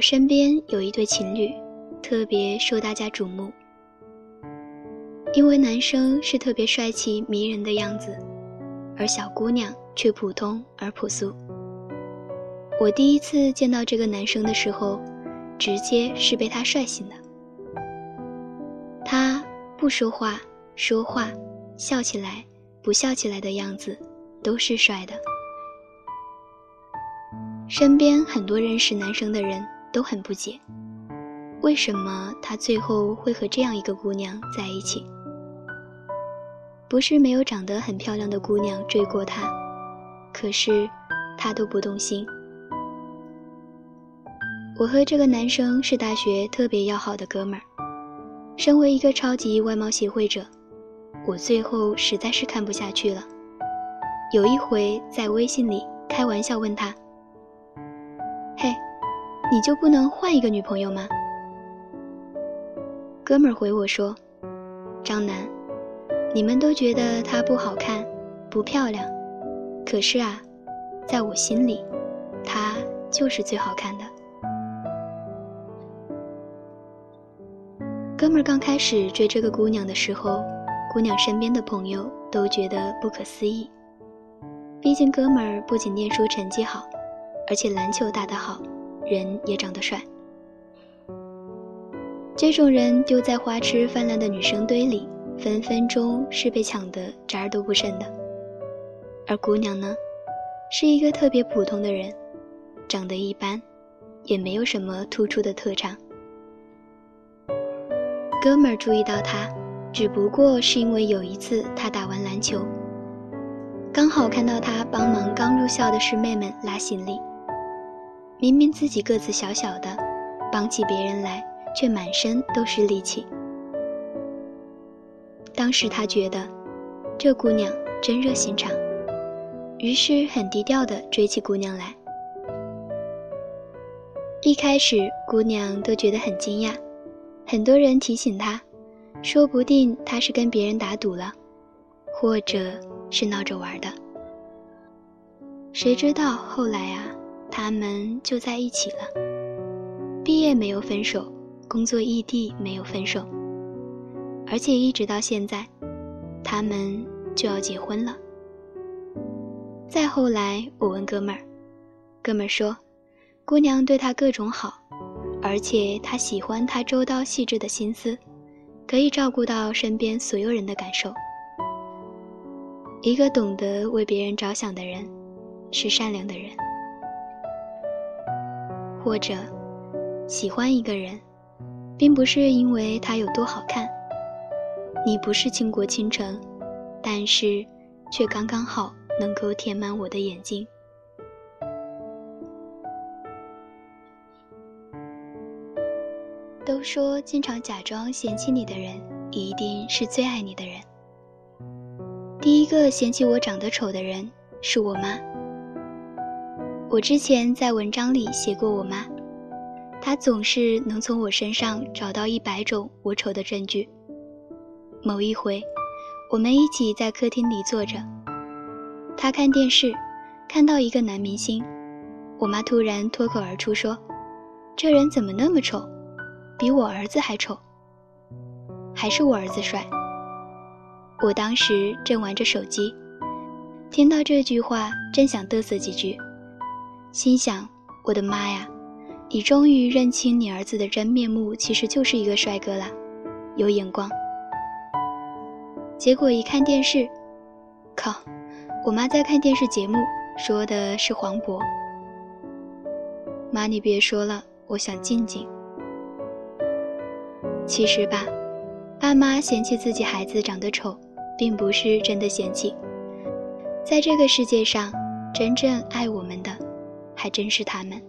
身边有一对情侣，特别受大家瞩目，因为男生是特别帅气迷人的样子，而小姑娘却普通而朴素。我第一次见到这个男生的时候，直接是被他帅醒的。他不说话、说话、笑起来、不笑起来的样子都是帅的。身边很多认识男生的人都很不解，为什么他最后会和这样一个姑娘在一起？不是没有长得很漂亮的姑娘追过他，可是他都不动心。我和这个男生是大学特别要好的哥们儿，身为一个超级外貌协会者，我最后实在是看不下去了。有一回在微信里开玩笑问他，嘿，你就不能换一个女朋友吗？哥们儿回我说，张楠，你们都觉得她不好看不漂亮，可是啊，在我心里她就是最好看的。哥们儿刚开始追这个姑娘的时候，姑娘身边的朋友都觉得不可思议，毕竟哥们儿不仅念书成绩好，而且篮球打得好，人也长得帅。这种人丢在花痴泛滥的女生堆里，分分钟是被抢得渣儿都不剩的。而姑娘呢，是一个特别普通的人，长得一般，也没有什么突出的特长。哥们儿注意到她，只不过是因为有一次他打完篮球，刚好看到他帮忙刚入校的师妹们拉行李，明明自己个子小小的，帮起别人来却满身都是力气。当时他觉得这姑娘真热心肠，于是很低调地追起姑娘来。一开始姑娘都觉得很惊讶，很多人提醒她，说不定她是跟别人打赌了，或者是闹着玩的。谁知道后来啊，他们就在一起了，毕业没有分手，工作异地没有分手，而且一直到现在，他们就要结婚了。再后来我问哥们儿，哥们儿说姑娘对他各种好，而且他喜欢他周到细致的心思，可以照顾到身边所有人的感受。一个懂得为别人着想的人，是善良的人。或者喜欢一个人，并不是因为他有多好看，你不是倾国倾城，但是却刚刚好能够填满我的眼睛。都说经常假装嫌弃你的人，一定是最爱你的人。第一个嫌弃我长得丑的人是我妈。我之前在文章里写过我妈，她总是能从我身上找到100种我丑的证据。某一回，我们一起在客厅里坐着，她看电视，看到一个男明星，我妈突然脱口而出说，这人怎么那么丑，比我儿子还丑，还是我儿子帅。我当时正玩着手机，听到这句话真想嘚瑟几句，心想我的妈呀，你终于认清你儿子的真面目其实就是一个帅哥啦，有眼光。结果一看电视，靠，我妈在看电视节目，说的是黄渤。妈你别说了，我想静静。其实吧，爸妈嫌弃自己孩子长得丑，并不是真的嫌弃。在这个世界上，真正爱我们的，还真是他们。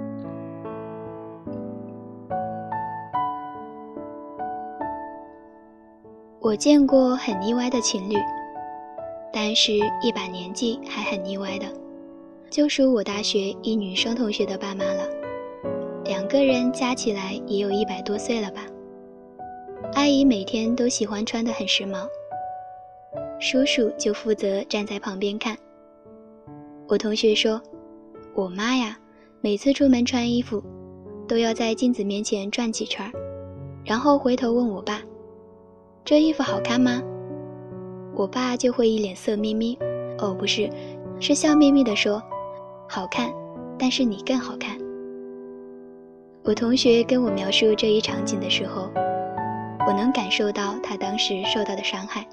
我见过很腻歪的情侣，但是一把年纪还很腻歪的，就属我大学一女生同学的爸妈了。2个人加起来也有100多岁了吧。阿姨每天都喜欢穿得很时髦，叔叔就负责站在旁边看。我同学说，我妈呀，每次出门穿衣服， 都要在镜子面前转几圈，然后回头问我爸，这衣服好看吗？我爸就会一脸色眯眯，不是，是笑眯眯地说，好看，但是你更好看。我同学跟我描述这一场景的时候，我能感受到他当时受到的伤害。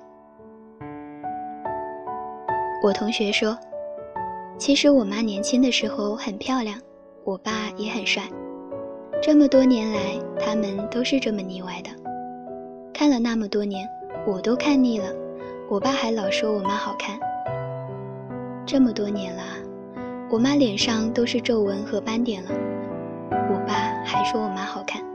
我同学说，其实我妈年轻的时候很漂亮，我爸也很帅，这么多年来他们都是这么腻歪的，看了那么多年我都看腻了，我爸还老说我妈好看。这么多年了，我妈脸上都是皱纹和斑点了，我爸还说我妈好看。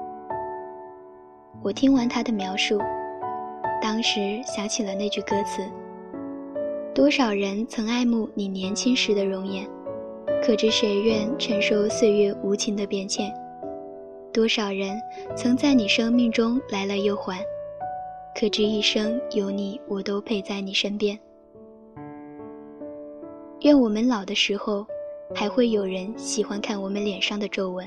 我听完他的描述，当时想起了那句歌词，多少人曾爱慕你年轻时的容颜，可知谁愿承受岁月无情的变迁？多少人曾在你生命中来了又还，可知一生有你我都陪在你身边。愿我们老的时候还会有人喜欢看我们脸上的皱纹。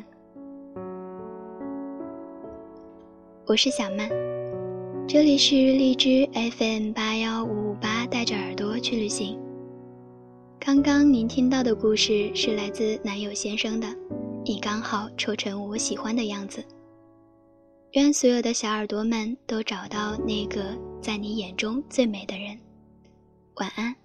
我是小曼，这里是荔枝 FM81558，带着耳朵去旅行。刚刚您听到的故事是来自男友先生的，你刚好丑成我喜欢的样子。愿所有的小耳朵们都找到那个在你眼中最美的人。晚安。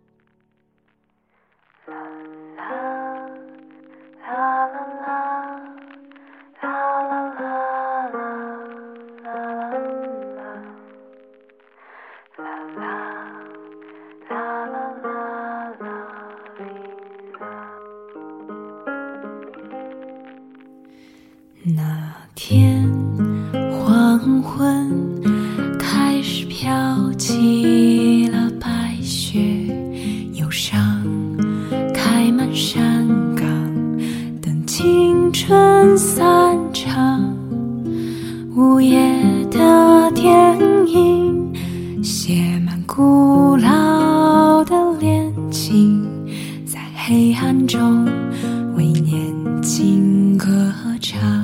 那天黄昏开始飘起了白雪，忧伤开满山岗，等青春散场。午夜的电影写满古老的恋情，在黑暗中为年轻歌唱。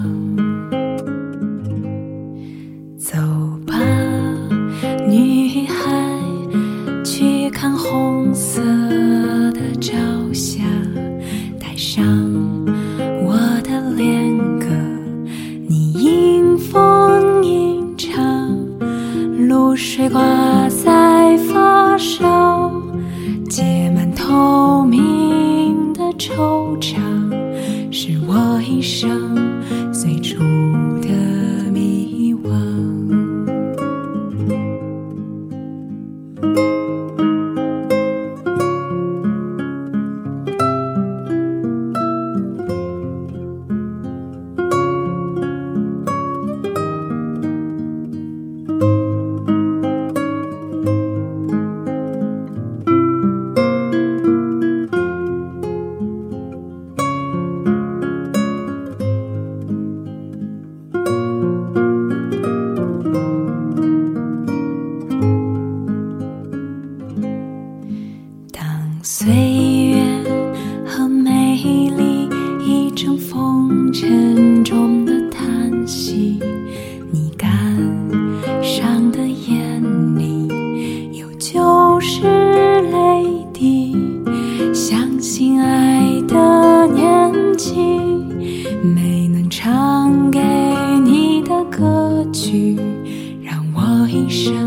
走吧，女孩，去看红色的朝霞，带上我的恋歌，你迎风吟唱，露水挂在发梢，结满透明的惆怅，是我一生最初的迷惘。岁月和美丽已成风尘中的叹息，你感伤的眼里有旧时泪滴，相信爱的年纪，没能唱给你的歌曲，让我一生